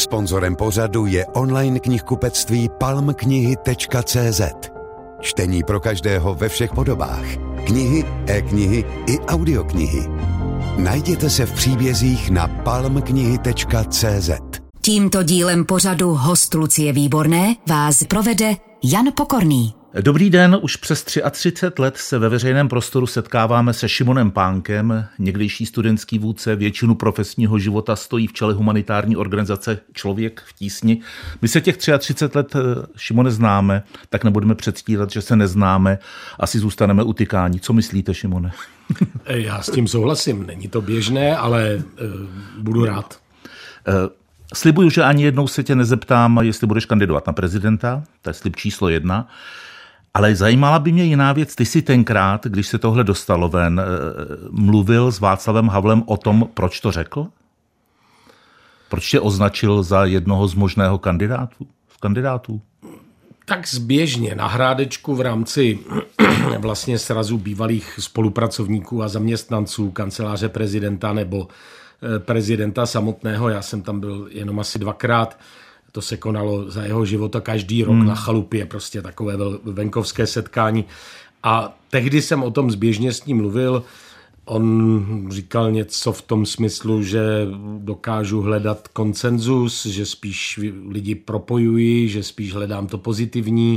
Sponzorem pořadu je online knihkupectví palmknihy.cz. Čtení pro každého ve všech podobách. Knihy, e-knihy i audioknihy. Najděte se v příbězích na palmknihy.cz. Tímto dílem pořadu Host Lucie Výborné vás provede Jan Pokorný. Dobrý den, už přes 33 let se ve veřejném prostoru setkáváme se Šimonem Pánkem, někdejší studentský vůdce, většinu profesního života stojí v čele humanitární organizace Člověk v tísni. My se těch 33 let, Šimone, známe, tak nebudeme předstírat, že se neznáme, asi zůstaneme utykání. Co myslíte, Šimone? Já s tím souhlasím, není to běžné, ale budu rád. Slibuju, že ani jednou se tě nezeptám, jestli budeš kandidovat na prezidenta, to je slib číslo 1, ale zajímala by mě jiná věc. Ty jsi tenkrát, když se tohle dostalo ven, mluvil s Václavem Havlem o tom, proč to řekl? Proč tě označil za jednoho z možného kandidátů? Tak zběžně na Hrádečku v rámci vlastně srazu bývalých spolupracovníků a zaměstnanců kanceláře prezidenta nebo prezidenta samotného. Já jsem tam byl jenom asi 2krát. To se konalo za jeho života každý rok na chalupě, prostě takové venkovské setkání. A tehdy jsem o tom zběžně s ním mluvil. On říkal něco v tom smyslu, že dokážu hledat konsenzus, že spíš lidi propojuji, že spíš hledám to pozitivní,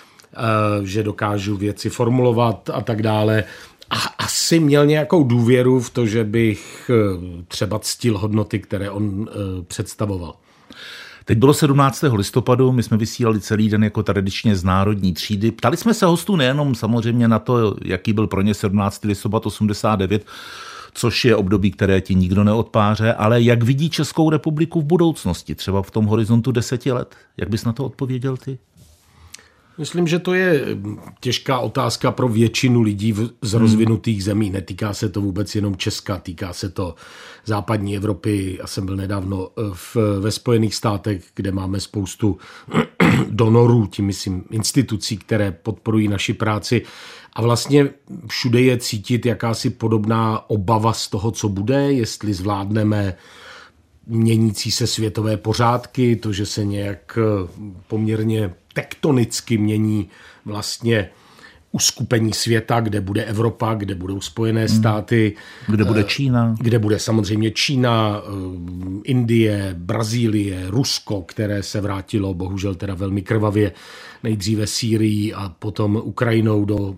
že dokážu věci formulovat a tak dále. A asi měl nějakou důvěru v to, že bych třeba ctil hodnoty, které on představoval. Teď bylo 17. listopadu, my jsme vysílali celý den jako tradičně z Národní třídy. Ptali jsme se hostů nejenom samozřejmě na to, jaký byl pro ně 17. listopad 89, což je období, které ti nikdo neodpáře, ale jak vidí Českou republiku v budoucnosti, třeba v tom horizontu 10 let. Jak bys na to odpověděl ty? Myslím, že to je těžká otázka pro většinu lidí z rozvinutých zemí. Netýká se to vůbec jenom Česka, týká se to západní Evropy. Já jsem byl nedávno ve Spojených státech, kde máme spoustu donorů, tím myslím institucí, které podporují naši práci. A vlastně všude je cítit jakási podobná obava z toho, co bude, jestli zvládneme měnící se světové pořádky, to, že se nějak poměrně tektonicky mění vlastně uskupení světa, kde bude Evropa, kde budou Spojené státy. Kde bude Čína. Kde bude samozřejmě Čína, Indie, Brazílie, Rusko, které se vrátilo bohužel teda velmi krvavě, nejdříve Sýrií a potom Ukrajinou do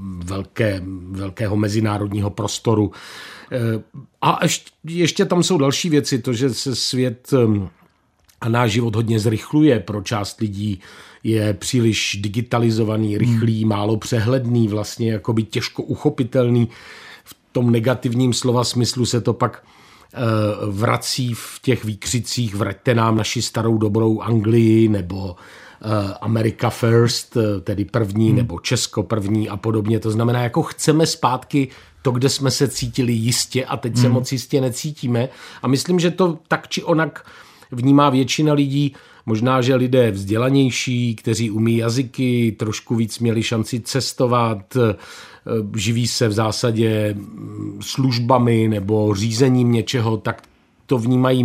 velkého mezinárodního prostoru. A ještě tam jsou další věci, to, že se svět a náš život hodně zrychluje, pro část lidí je příliš digitalizovaný, rychlý, málo přehledný, vlastně jakoby těžko uchopitelný. V tom negativním slova smyslu se to pak vrací v těch výkřicích: vraťte nám naši starou dobrou Anglii, nebo America First, tedy první, nebo Česko první a podobně. To znamená, jako chceme zpátky to, kde jsme se cítili jistě a teď se moc jistě necítíme. A myslím, že to tak či onak vnímá většina lidí. Možná, že lidé vzdělanější, kteří umí jazyky, trošku víc měli šanci cestovat, živí se v zásadě službami nebo řízením něčeho, tak to vnímají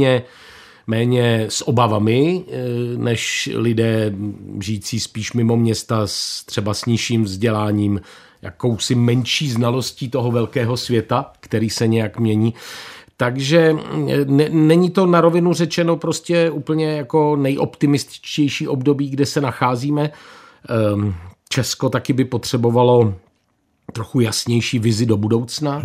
méně s obavami, než lidé žijící spíš mimo města, třeba s nižším vzděláním, jakousi menší znalostí toho velkého světa, který se nějak mění. Takže není to na rovinu řečeno prostě úplně jako nejoptimističtější období, kde se nacházíme. Česko taky by potřebovalo trochu jasnější vizi do budoucna.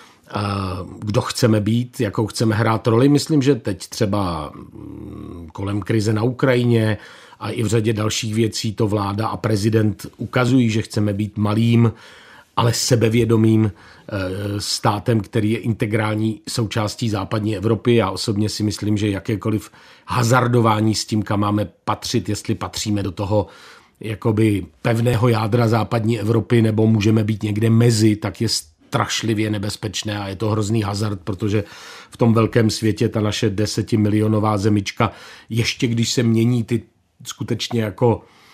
Kdo chceme být, jakou chceme hrát roli. Myslím, že teď třeba kolem krize na Ukrajině a i v řadě dalších věcí to vláda a prezident ukazují, že chceme být malým, ale sebevědomým státem, který je integrální součástí západní Evropy. Já osobně si myslím, že jakékoliv hazardování s tím, kam máme patřit, jestli patříme do toho jakoby pevného jádra západní Evropy nebo můžeme být někde mezi, tak je strašlivě nebezpečné a je to hrozný hazard, protože v tom velkém světě ta naše 10milionová zemička, ještě když se mění ty skutečně jako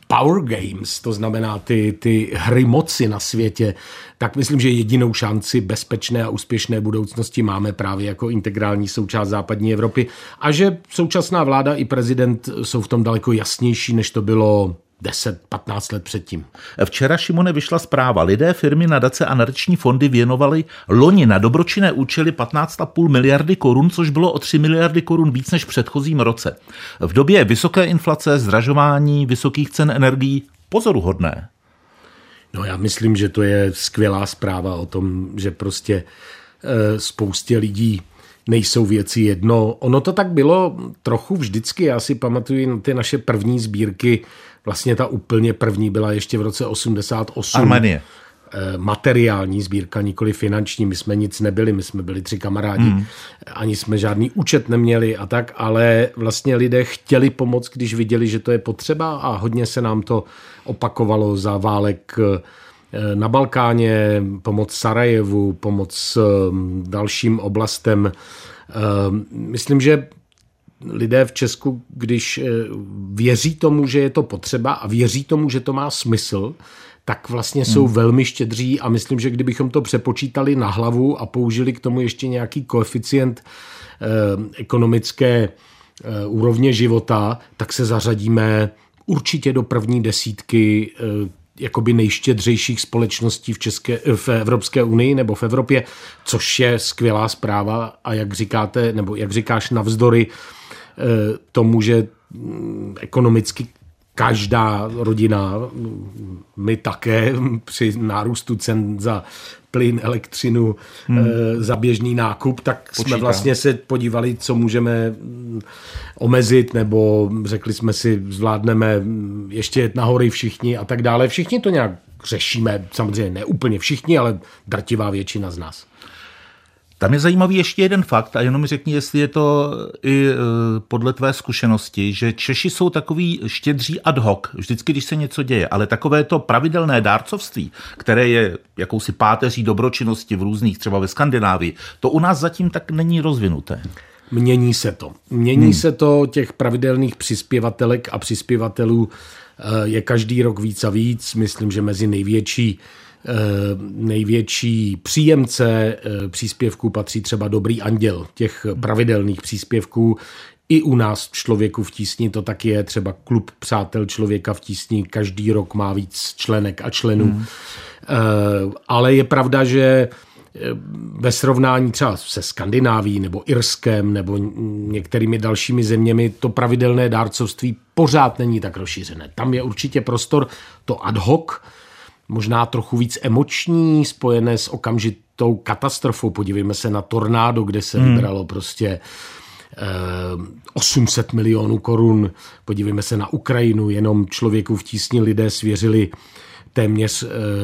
power games, to znamená ty hry moci na světě, tak myslím, že jedinou šanci bezpečné a úspěšné budoucnosti máme právě jako integrální součást západní Evropy a že současná vláda i prezident jsou v tom daleko jasnější, než to bylo 10-15 let předtím. Včera, Šimone, vyšla zpráva. Lidé, firmy, nadace a nadační fondy věnovali loni na dobročinné účely 15,5 miliardy korun, což bylo o 3 miliardy korun víc než v předchozím roce. V době vysoké inflace, zdražování, vysokých cen energií pozoruhodné. No já myslím, že to je skvělá zpráva o tom, že prostě spoustě lidí nejsou věci jedno. Ono to tak bylo trochu vždycky. Já si pamatuju ty naše první sbírky. Vlastně ta úplně první byla ještě v roce 88. Arménie. Materiální sbírka, nikoli finanční. My jsme nic nebyli, my jsme byli 3 kamarádi. Ani jsme žádný účet neměli a tak, ale vlastně lidé chtěli pomoct, když viděli, že to je potřeba a hodně se nám to opakovalo za válek na Balkáně, pomoc Sarajevu, pomoc dalším oblastem. Myslím, že lidé v Česku, když věří tomu, že je to potřeba a věří tomu, že to má smysl, tak vlastně jsou velmi štědří a myslím, že kdybychom to přepočítali na hlavu a použili k tomu ještě nějaký koeficient ekonomické úrovně života, tak se zařadíme určitě do první desítky jakoby nejštědřejších společností v Evropské unii nebo v Evropě, což je skvělá zpráva a jak říkáte, nebo jak říkáš, navzdory tomu, že ekonomicky každá rodina, my také při nárůstu cen za plyn, elektřinu, za běžný nákup, tak jsme vlastně se podívali, co můžeme omezit, nebo řekli jsme si, zvládneme ještě jet na hory všichni a tak dále. Všichni to nějak řešíme, samozřejmě ne úplně všichni, ale drtivá většina z nás. Tam je zajímavý ještě jeden fakt a jenom mi řekni, jestli je to i podle tvé zkušenosti, že Češi jsou takový štědří ad hoc, vždycky, když se něco děje, ale takové to pravidelné dárcovství, které je jakousi páteří dobročinnosti v různých, třeba ve Skandinávii, to u nás zatím tak není rozvinuté. Mění se to. Mění se to, těch pravidelných přispěvatelek a přispěvatelů je každý rok víc a víc. Myslím, že mezi největší příjemce příspěvků patří třeba Dobrý anděl, těch pravidelných příspěvků. I u nás Člověku v tísni to tak je, třeba klub přátel Člověka v tísni každý rok má víc členek a členů. Ale je pravda, že ve srovnání třeba se Skandinávií nebo Irskem nebo některými dalšími zeměmi to pravidelné dárcovství pořád není tak rozšířené. Tam je určitě prostor to ad hoc, možná trochu víc emoční, spojené s okamžitou katastrofou. Podívejme se na tornádo, kde se vybralo prostě 800 milionů korun. Podívejme se na Ukrajinu, jenom Člověku v tísni lidé svěřili téměř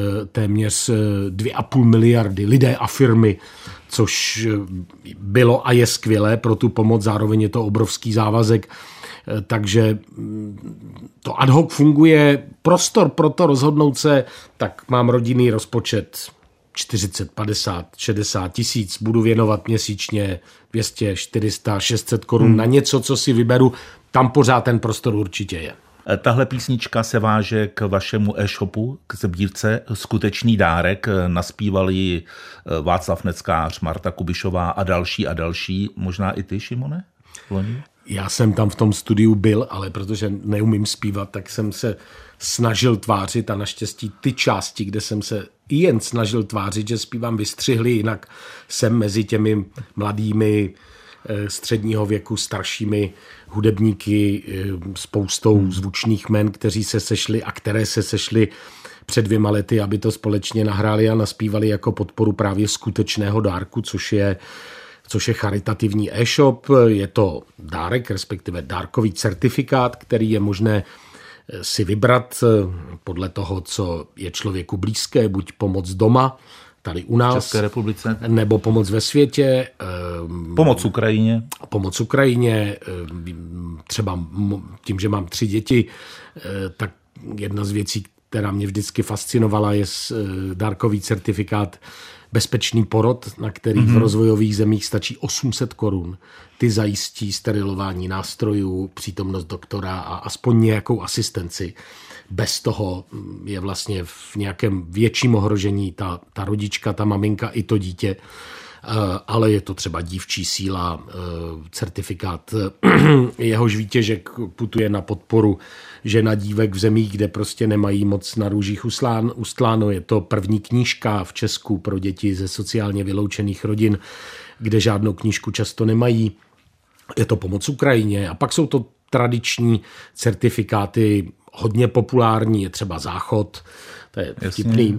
2,5 miliardy lidé a firmy, což bylo a je skvělé pro tu pomoc, zároveň je to obrovský závazek. Takže to ad hoc funguje, prostor pro to rozhodnout se, tak mám rodinný rozpočet 40, 50, 60 tisíc, budu věnovat měsíčně 200, 400, 600 korun na něco, co si vyberu, tam pořád ten prostor určitě je. Tahle písnička se váže k vašemu e-shopu, k sbírce Skutečný dárek. Naspívali ji Václav Neckář, Marta Kubišová a další. Možná i ty, Šimone? Loni? Já jsem tam v tom studiu byl, ale protože neumím zpívat, tak jsem se snažil tvářit a naštěstí ty části, kde jsem se jen snažil tvářit, že zpívám, vystřihli, jinak jsem mezi těmi mladými středního věku, staršími hudebníky, spoustou zvučných men, kteří se sešli a které se sešli před 2 lety, aby to společně nahráli a naspívali jako podporu právě Skutečného dárku, což je charitativní e-shop. Je to dárek, respektive dárkový certifikát, který je možné si vybrat podle toho, co je člověku blízké, buď pomoc doma, tady u nás, v České republice, nebo pomoc ve světě. Pomoc Ukrajině. Pomoc Ukrajině. Třeba tím, že mám 3 děti, tak jedna z věcí, která mě vždycky fascinovala, je dárkový certifikát bezpečný porod, na který v rozvojových zemích stačí 800 korun. Ty zajistí sterilování nástrojů, přítomnost doktora a aspoň nějakou asistenci. Bez toho je vlastně v nějakém větším ohrožení ta rodička, ta maminka i to dítě. Ale je to třeba dívčí síla, certifikát jehož výtěžek putuje na podporu žen a dívek v zemích, kde prostě nemají moc na růžích ustláno. Je to první knížka v Česku pro děti ze sociálně vyloučených rodin, kde žádnou knížku často nemají. Je to pomoc Ukrajině a pak jsou to tradiční certifikáty, hodně populární, je třeba Záchod, to je vtipný.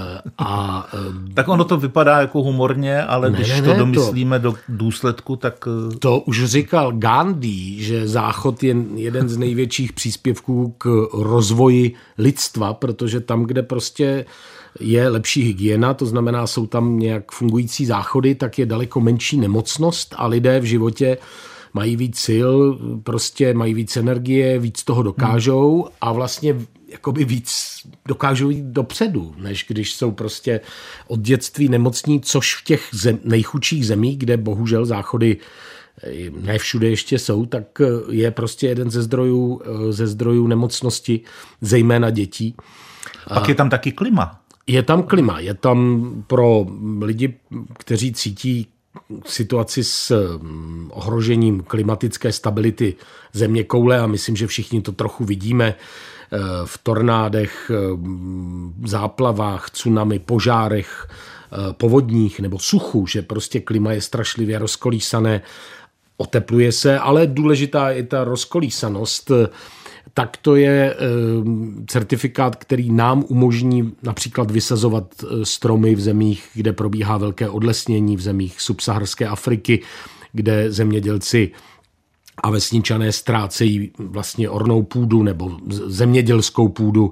Tak ono to vypadá jako humorně, ale když to domyslíme do důsledku, tak... To už říkal Gandhi, že Záchod je jeden z největších příspěvků k rozvoji lidstva, protože tam, kde prostě je lepší hygiena, to znamená, jsou tam nějak fungující záchody, tak je daleko menší nemocnost a lidé v životě mají víc sil, prostě mají víc energie, víc toho dokážou a vlastně jakoby víc dokážou jít dopředu, než když jsou prostě od dětství nemocní, což v těch nejchudších zemích, kde bohužel záchody ne všude ještě jsou, tak je prostě jeden ze zdrojů nemocnosti, zejména dětí. Pak je tam taky klima. Je tam klima, je tam pro lidi, kteří cítí situaci s ohrožením klimatické stability země koule a myslím, že všichni to trochu vidíme v tornádech, záplavách, tsunami, požárech, povodních nebo suchu, že prostě klima je strašlivě rozkolísané, otepluje se, ale důležitá je ta rozkolísanost. Tak to je certifikát, který nám umožní například vysazovat stromy v zemích, kde probíhá velké odlesnění, v zemích subsaharské Afriky, kde zemědělci a vesničané ztrácejí vlastně ornou půdu nebo zemědělskou půdu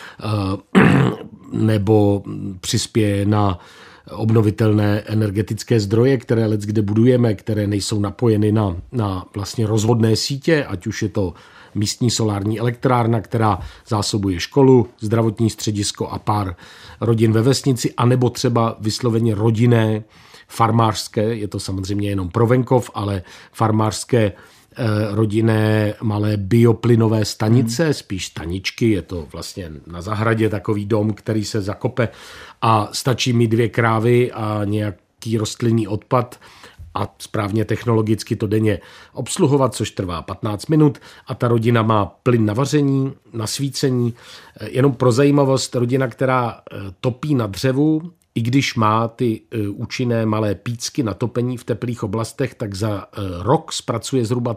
nebo přispěje na obnovitelné energetické zdroje, které leckde budujeme, které nejsou napojeny na vlastně rozvodné sítě, ať už je to místní solární elektrárna, která zásobuje školu, zdravotní středisko a pár rodin ve vesnici, anebo třeba vysloveně rodinné, farmářské, je to samozřejmě jenom pro venkov, ale farmářské rodinné malé bioplynové stanice, spíš staničky, je to vlastně na zahradě takový dom, který se zakope a stačí mít 2 krávy a nějaký rostlinný odpad a správně technologicky to denně obsluhovat, což trvá 15 minut a ta rodina má plyn na vaření, na svícení. Jenom pro zajímavost, rodina, která topí na dřevu, i když má ty účinné malé pícky na topení v teplých oblastech, tak za rok zpracuje zhruba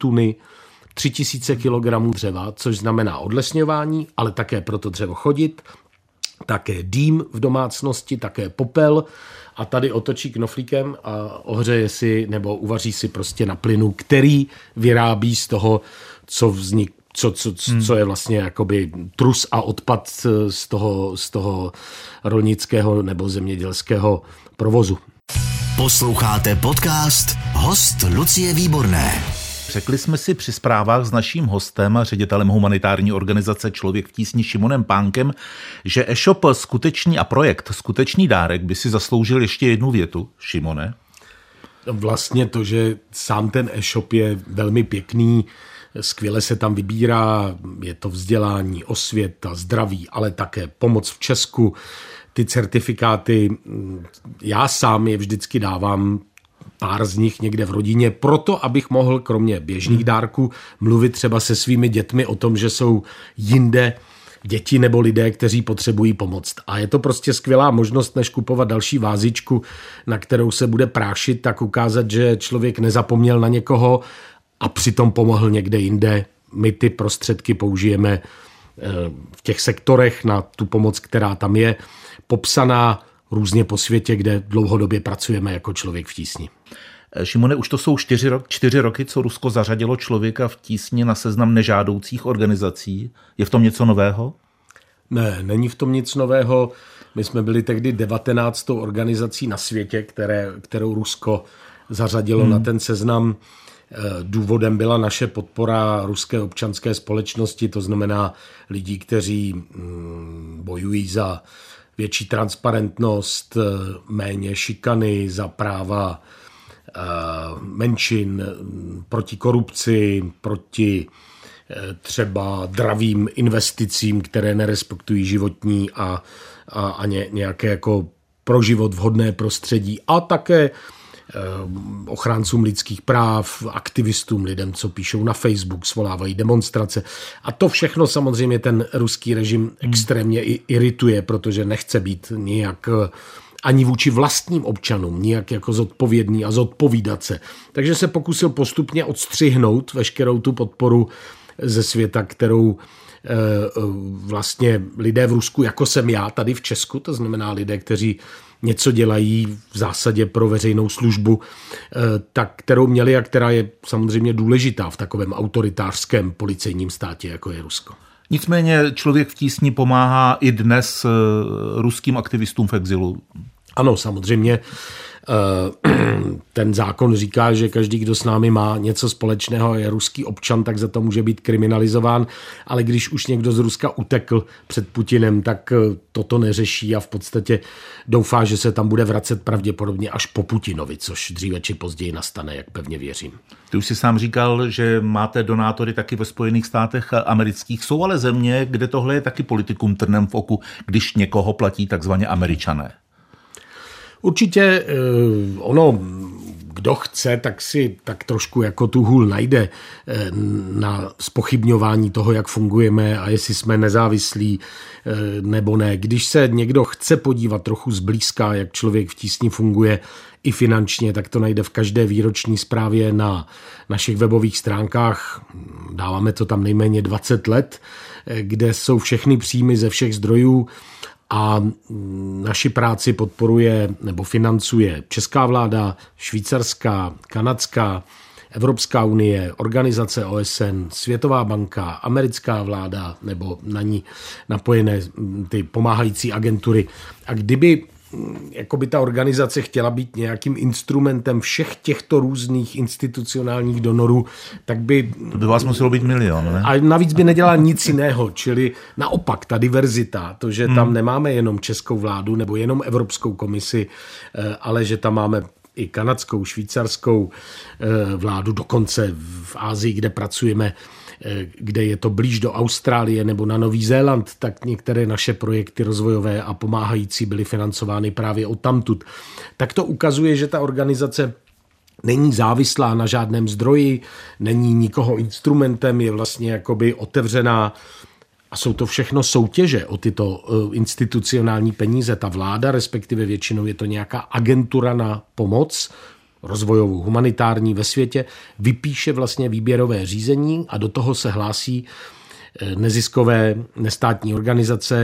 3000 kg dřeva, což znamená odlesňování, ale také pro to dřevo chodit, také dým v domácnosti, také popel a tady otočí knoflíkem a ohřeje si nebo uvaří si prostě na plynu, který vyrábí z toho, co je vlastně jakoby trus a odpad z toho rolnického nebo zemědělského provozu. Posloucháte podcast Host Lucie Výborné. Řekli jsme si při zprávách s naším hostem, ředitelem humanitární organizace Člověk v tísni Šimonem Pánkem, že e-shop skutečný a projekt Skutečný dárek by si zasloužil ještě jednu větu. Šimone? Vlastně to, že sám ten e-shop je velmi pěkný, skvěle se tam vybírá, je to vzdělání, osvěta, zdraví, ale také pomoc v Česku. Ty certifikáty, já sám je vždycky dávám, pár z nich někde v rodině, proto abych mohl kromě běžných dárků mluvit třeba se svými dětmi o tom, že jsou jinde děti nebo lidé, kteří potřebují pomoc. A je to prostě skvělá možnost, než kupovat další vázičku, na kterou se bude prášit, tak ukázat, že člověk nezapomněl na někoho a přitom pomohl někde jinde. My ty prostředky použijeme v těch sektorech na tu pomoc, která tam je popsaná různě po světě, kde dlouhodobě pracujeme jako Člověk v tísni. Šimone, už to jsou 4 roky, co Rusko zařadilo Člověka v tísni na seznam nežádoucích organizací. Je v tom něco nového? Ne, není v tom nic nového. My jsme byli tehdy 19. organizací na světě, kterou Rusko zařadilo na ten seznam. Důvodem byla naše podpora ruské občanské společnosti, to znamená lidí, kteří bojují za větší transparentnost, méně šikany za práva menšin, proti korupci, proti třeba dravým investicím, které nerespektují životní a nějaké jako pro život vhodné prostředí, a také ochráncům lidských práv, aktivistům, lidem, co píšou na Facebook, svolávají demonstrace. A to všechno samozřejmě ten ruský režim extrémně irituje, protože nechce být nijak ani vůči vlastním občanům, nijak jako zodpovědný a zodpovídat se. Takže se pokusil postupně odstřihnout veškerou tu podporu ze světa, kterou vlastně lidé v Rusku, jako jsem já tady v Česku, to znamená lidé, kteří něco dělají v zásadě pro veřejnou službu, tak kterou měli a která je samozřejmě důležitá v takovém autoritářském policejním státě, jako je Rusko. Nicméně člověk v tísni pomáhá i dnes ruským aktivistům v exilu. Ano, samozřejmě. Ten zákon říká, že každý, kdo s námi má něco společného, je ruský občan, tak za to může být kriminalizován, ale když už někdo z Ruska utekl před Putinem, tak toto neřeší a v podstatě doufá, že se tam bude vracet pravděpodobně až po Putinovi, což dříve či později nastane, jak pevně věřím. Ty už si sám říkal, že máte donátory taky ve Spojených státech amerických. Jsou ale země, kde tohle je taky politikum trnem v oku, když někoho platí takzvaně Američané. Určitě ono, kdo chce, tak si tak trošku jako tu hůl najde na zpochybňování toho, jak fungujeme a jestli jsme nezávislí nebo ne. Když se někdo chce podívat trochu zblízka, jak člověk v tísni funguje i finančně, tak to najde v každé výroční zprávě na našich webových stránkách. Dáváme to tam nejméně 20 let, kde jsou všechny příjmy ze všech zdrojů. A naši práci podporuje nebo financuje česká vláda, švýcarská, kanadská, Evropská unie, organizace OSN, Světová banka, americká vláda nebo na ní napojené ty pomáhající agentury. A kdyby jakoby ta organizace chtěla být nějakým instrumentem všech těchto různých institucionálních donorů, tak by... To by vás muselo být milion, ne? A navíc by nedělala nic jiného, čili naopak ta diverzita, to, že tam nemáme jenom českou vládu nebo jenom Evropskou komisi, ale že tam máme i kanadskou, švýcarskou vládu, dokonce v Asii, kde pracujeme, kde je to blíž do Austrálie nebo na Nový Zéland, tak některé naše projekty rozvojové a pomáhající byly financovány právě odtamtud. Tak to ukazuje, že ta organizace není závislá na žádném zdroji, není nikoho instrumentem, je vlastně jakoby otevřená a jsou to všechno soutěže o tyto institucionální peníze. Ta vláda, respektive většinou je to nějaká agentura na pomoc, rozvojovou, humanitární ve světě, vypíše vlastně výběrové řízení a do toho se hlásí neziskové nestátní organizace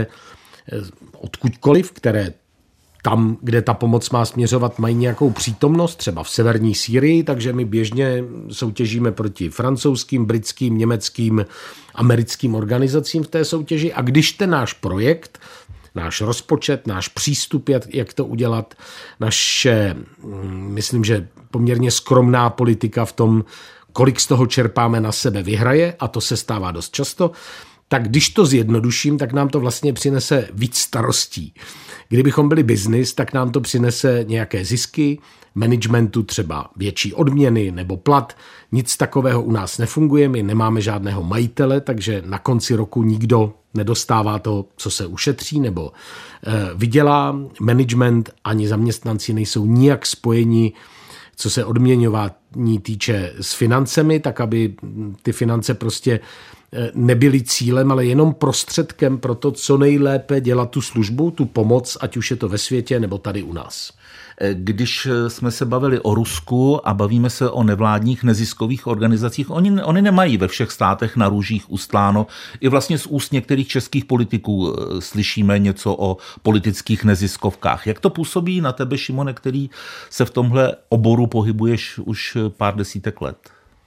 odkudkoliv, které tam, kde ta pomoc má směřovat, mají nějakou přítomnost, třeba v severní Sýrii, takže my běžně soutěžíme proti francouzským, britským, německým, americkým organizacím v té soutěži a když ten náš projekt, náš rozpočet, náš přístup, jak to udělat, naše, myslím, že poměrně skromná politika v tom, kolik z toho čerpáme na sebe, vyhraje, a to se stává dost často, tak když to zjednoduším, tak nám to vlastně přinese víc starostí. Kdybychom byli biznis, tak nám to přinese nějaké zisky, managementu třeba větší odměny nebo plat. Nic takového u nás nefunguje, my nemáme žádného majitele, takže na konci roku nikdo nedostává to, co se ušetří nebo vydělá. Management ani zaměstnanci nejsou nijak spojeni, co se odměňování týče, s financemi, tak aby ty finance prostě nebyly cílem, ale jenom prostředkem pro to, co nejlépe dělat tu službu, tu pomoc, ať už je to ve světě nebo tady u nás. Když jsme se bavili o Rusku a bavíme se o nevládních neziskových organizacích, oni nemají ve všech státech na růžích ustláno. I vlastně z úst některých českých politiků slyšíme něco o politických neziskovkách. Jak to působí na tebe, Šimone, který se v tomhle oboru pohybuješ už pár desítek let?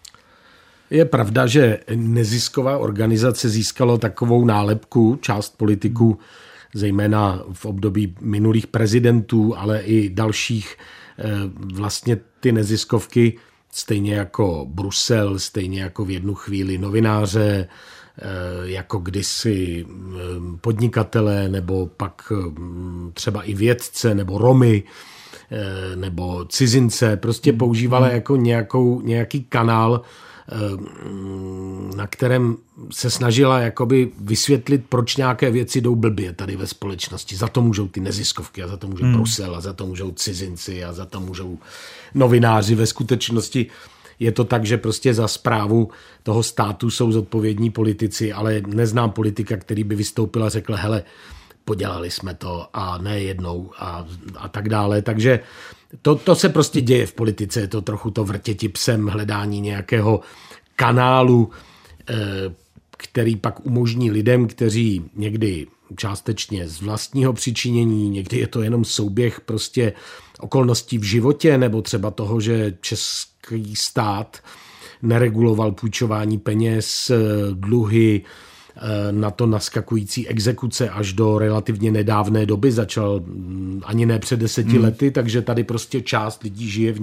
Je pravda, že nezisková organizace získalo takovou nálepku, část politiků, zejména v období minulých prezidentů, ale i dalších, vlastně ty neziskovky stejně jako Brusel, stejně jako v jednu chvíli novináře, jako kdysi podnikatele, nebo pak třeba i vědce, nebo Romy, nebo cizince, prostě používala jako nějaký kanál, na kterém se snažila jakoby vysvětlit, proč nějaké věci jdou blbě tady ve společnosti. Za to můžou ty neziskovky, a za to může Brusel, a za to můžou cizinci, a za to můžou novináři. Ve skutečnosti je to tak, že prostě za správu toho státu jsou zodpovědní politici, ale neznám politika, který by vystoupil a řekl, hele, podělali jsme to a ne jednou a tak dále. Takže to se prostě děje v politice, je to trochu to vrtěti psem, hledání nějakého kanálu, který pak umožní lidem, kteří někdy částečně z vlastního přičinění, někdy je to jenom souběh prostě okolností v životě, nebo třeba toho, že český stát nereguloval půjčování peněz, dluhy, na to naskakující exekuce až do relativně nedávné doby, začal ani ne před 10 lety, takže tady prostě část lidí žije v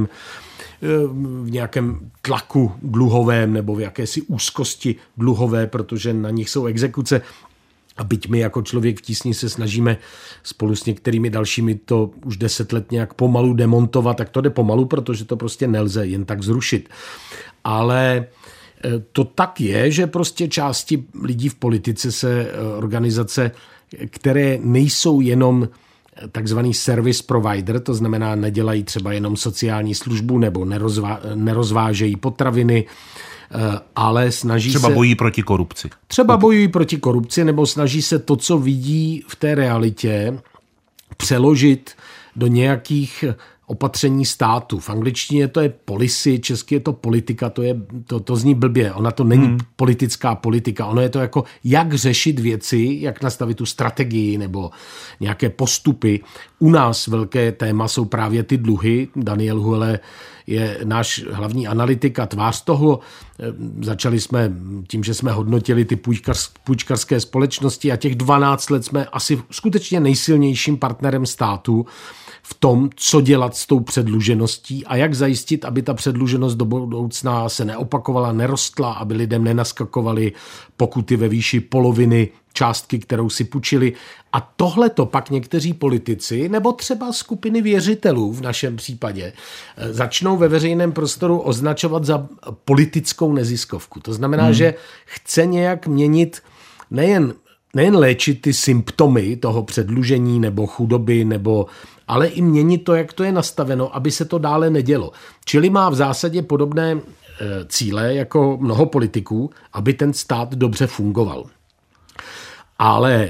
nějakém tlaku dluhovém nebo v jakési úzkosti dluhové, protože na nich jsou exekuce. A byť my jako Člověk v tísni se snažíme spolu s některými dalšími to už 10 let nějak pomalu demontovat, tak to jde pomalu, protože to prostě nelze jen tak zrušit. Ale to tak je, že prostě části lidí v politice se organizace, které nejsou jenom takzvaný service provider, to znamená nedělají třeba jenom sociální službu nebo nerozvážejí potraviny, ale snaží třeba bojují proti korupci. Třeba bojují proti korupci nebo snaží se to, co vidí v té realitě, přeložit do nějakých opatření státu. V angličtině to je policy, česky je to politika, to zní blbě. Ona to není politická politika, ono je to jako jak řešit věci, jak nastavit tu strategii nebo nějaké postupy. U nás velké téma jsou právě ty dluhy. Daniel Huele je náš hlavní analytik a tvář toho. Začali jsme tím, že jsme hodnotili ty půjčkarské společnosti a těch 12 let jsme asi skutečně nejsilnějším partnerem státu v tom, co dělat s tou předlužeností a jak zajistit, aby ta předluženost do budoucna se neopakovala, nerostla, aby lidem nenaskakovaly pokuty ve výši poloviny částky, kterou si půjčili. A tohle to pak někteří politici nebo třeba skupiny věřitelů v našem případě začnou ve veřejném prostoru označovat za politickou neziskovku. To znamená, že chce nějak měnit nejen léčit ty symptomy toho předlužení nebo chudoby, ale i měnit to, jak to je nastaveno, aby se to dále nedělo. Čili má v zásadě podobné cíle jako mnoho politiků, aby ten stát dobře fungoval. Ale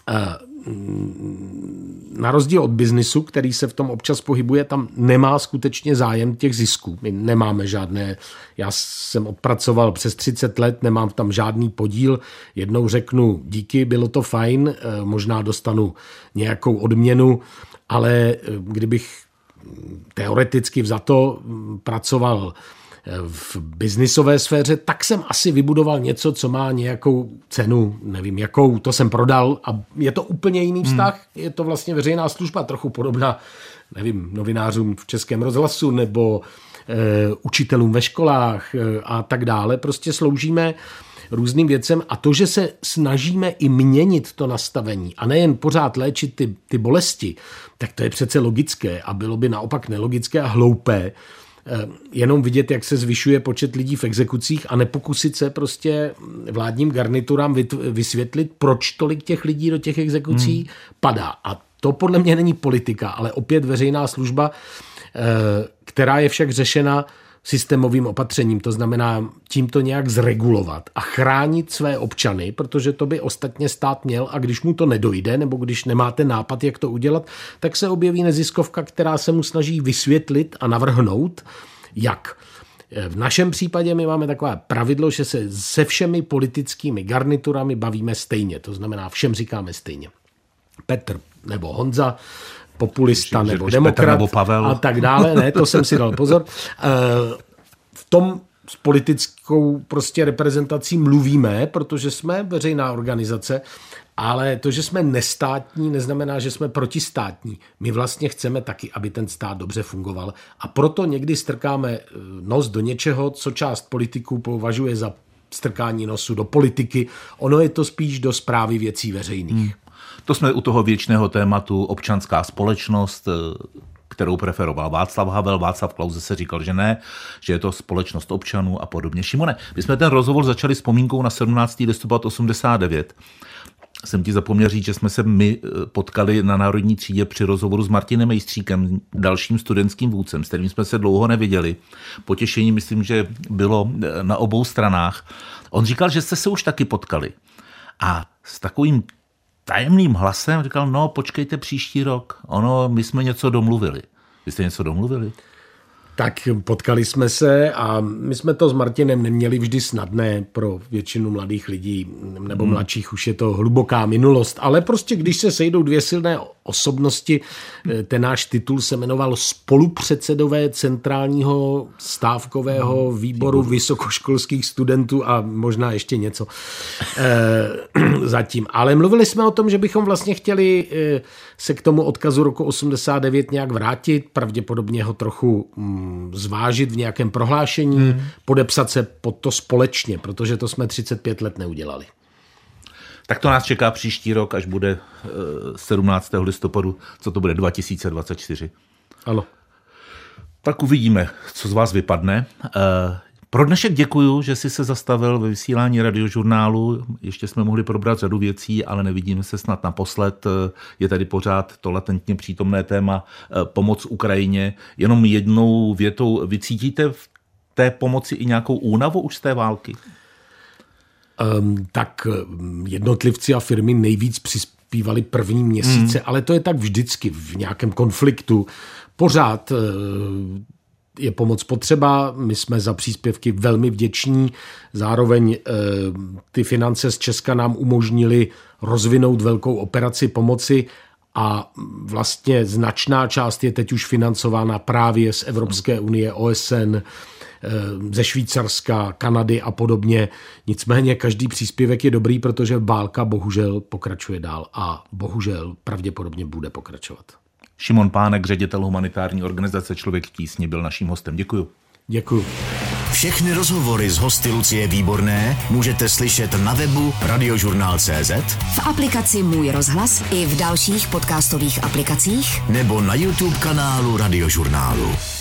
na rozdíl od biznisu, který se v tom občas pohybuje, tam nemá skutečně zájem těch zisků. My nemáme žádné, já jsem odpracoval přes 30 let, nemám tam žádný podíl. Jednou řeknu díky, bylo to fajn, možná dostanu nějakou odměnu, ale kdybych teoreticky vzato pracoval v biznisové sféře, tak jsem asi vybudoval něco, co má nějakou cenu, nevím jakou, to jsem prodal a je to úplně jiný vztah, je to vlastně veřejná služba, trochu podobná, nevím, novinářům v Českém rozhlasu nebo učitelům ve školách a tak dále. Prostě sloužíme různým věcem a to, že se snažíme i měnit to nastavení a nejen pořád léčit ty bolesti, tak to je přece logické a bylo by naopak nelogické a hloupé jenom vidět, jak se zvyšuje počet lidí v exekucích a nepokusit se prostě vládním garniturám vysvětlit, proč tolik těch lidí do těch exekucí padá. A to podle mě není politika, ale opět veřejná služba, která je však řešena systémovým opatřením, to znamená tímto nějak zregulovat a chránit své občany, protože to by ostatně stát měl a když mu to nedojde, nebo když nemáte nápad, jak to udělat, tak se objeví neziskovka, která se mu snaží vysvětlit a navrhnout, jak. V našem případě my máme takové pravidlo, že se se všemi politickými garniturami bavíme stejně, to znamená všem říkáme stejně. Petr nebo Honza, populista nebo demokrat nebo Pavel. A tak dále. Ne, to jsem si dal pozor. s politickou prostě reprezentací mluvíme, protože jsme veřejná organizace, ale to, že jsme nestátní, neznamená, že jsme protistátní. My vlastně chceme taky, aby ten stát dobře fungoval a proto někdy strkáme nos do něčeho, co část politiků považuje za strkání nosu do politiky. Ono je to spíš do správy věcí veřejných. To jsme u toho věčného tématu občanská společnost, kterou preferoval Václav Havel. Václav Klause se říkal, že ne, že je to společnost občanů a podobně. Šimone, my jsme ten rozhovor začali vzpomínkou na 17. listopad 89. Jsem ti zapomněl říct, že jsme se my potkali na Národní třídě při rozhovoru s Martinem Mejstříkem, dalším studentským vůdcem, s kterým jsme se dlouho neviděli. Potěšení myslím, že bylo na obou stranách. On říkal, že jste se už taky potkali. A s takovým tajemným hlasem říkal, no počkejte příští rok, my jsme něco domluvili. Vy jste něco domluvili? Tak potkali jsme se a my jsme to s Martinem neměli vždy snadné pro většinu mladých lidí, nebo mladších už je to hluboká minulost, ale prostě když se sejdou dvě silné osobnosti, ten náš titul se jmenoval spolupředsedové centrálního stávkového výboru vysokoškolských studentů a možná ještě něco zatím. Ale mluvili jsme o tom, že bychom vlastně chtěli se k tomu odkazu roku 89 nějak vrátit, pravděpodobně ho trochu zvážit v nějakém prohlášení, podepsat se pod to společně, protože to jsme 35 let neudělali. Tak to nás čeká příští rok, až bude 17. listopadu, co to bude, 2024. Ano. Tak uvidíme, co z vás vypadne. Pro dnešek děkuju, že jsi se zastavil ve vysílání Radiožurnálu. Ještě jsme mohli probrat řadu věcí, ale nevidíme se snad naposled. Je tady pořád to latentně přítomné téma pomoc Ukrajině. Jenom jednou větou, vy cítíte v té pomoci i nějakou únavu už z té války? Tak jednotlivci a firmy nejvíc přispívali první měsíce, ale to je tak vždycky v nějakém konfliktu. Pořád je pomoc potřeba, my jsme za příspěvky velmi vděční, zároveň ty finance z Česka nám umožnily rozvinout velkou operaci pomoci a vlastně značná část je teď už financována právě z Evropské unie, OSN, ze Švýcarska, Kanady a podobně. Nicméně každý příspěvek je dobrý, protože válka bohužel pokračuje dál a bohužel pravděpodobně bude pokračovat. Šimon Pánek, ředitel humanitární organizace Člověk v tísni, byl naším hostem. Děkuju. Děkuju. Všechny rozhovory z hosty Lucie Výborné můžete slyšet na webu Radiožurnál.cz, v aplikaci Můj rozhlas i v dalších podcastových aplikacích nebo na YouTube kanálu Radiožurnálu.